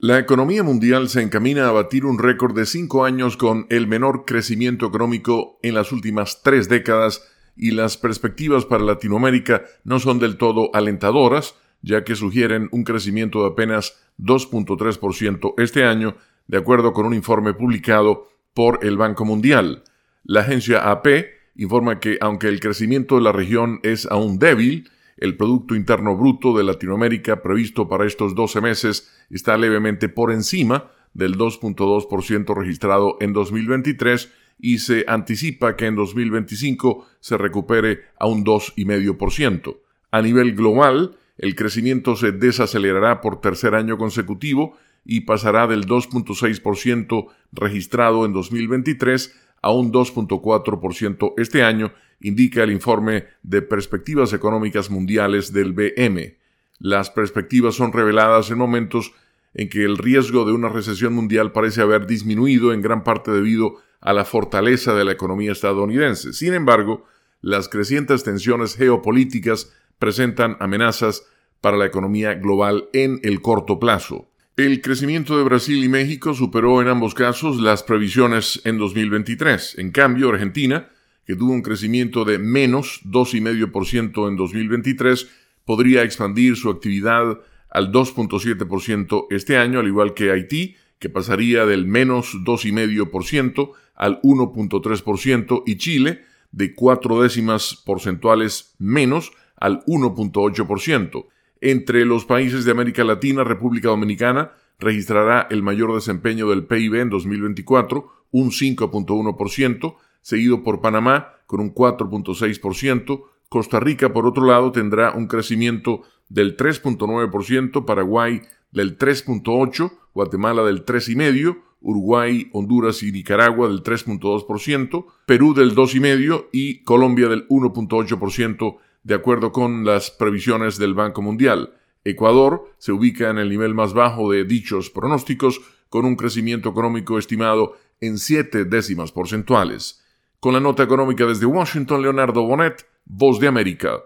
La economía mundial se encamina a batir un récord de 5 años con el menor crecimiento económico en las últimas 3 décadas y las perspectivas para Latinoamérica no son del todo alentadoras, ya que sugieren un crecimiento de apenas 2.3% este año, de acuerdo con un informe publicado por el Banco Mundial. La agencia AP informa que, aunque el crecimiento de la región es aún débil, el Producto Interno Bruto de Latinoamérica previsto para estos 12 meses está levemente por encima del 2.2% registrado en 2023 y se anticipa que en 2025 se recupere a un 2,5%. A nivel global, el crecimiento se desacelerará por tercer año consecutivo y pasará del 2.6% registrado en 2023 a un 2.4% este año, indica el informe de Perspectivas Económicas Mundiales del BM. Las perspectivas son reveladas en momentos en que el riesgo de una recesión mundial parece haber disminuido en gran parte debido a la fortaleza de la economía estadounidense. Sin embargo, las crecientes tensiones geopolíticas presentan amenazas para la economía global en el corto plazo. El crecimiento de Brasil y México superó en ambos casos las previsiones en 2023. En cambio, Argentina, que tuvo un crecimiento de menos 2,5% en 2023, podría expandir su actividad al 2.7% este año, al igual que Haití, que pasaría del menos 2,5% al 1.3%, y Chile, de 4 décimas porcentuales menos al 1.8%. Entre los países de América Latina, República Dominicana registrará el mayor desempeño del PIB en 2024, un 5.1%, seguido por Panamá con un 4.6%, Costa Rica, por otro lado, tendrá un crecimiento del 3.9%, Paraguay del 3.8%, Guatemala del 3,5%, Uruguay, Honduras y Nicaragua del 3.2%, Perú del 2,5% y Colombia del 1.8%, de acuerdo con las previsiones del Banco Mundial. Ecuador se ubica en el nivel más bajo de dichos pronósticos, con un crecimiento económico estimado en 7 décimas porcentuales. Con la nota económica desde Washington, Leonardo Bonet, Voz de América.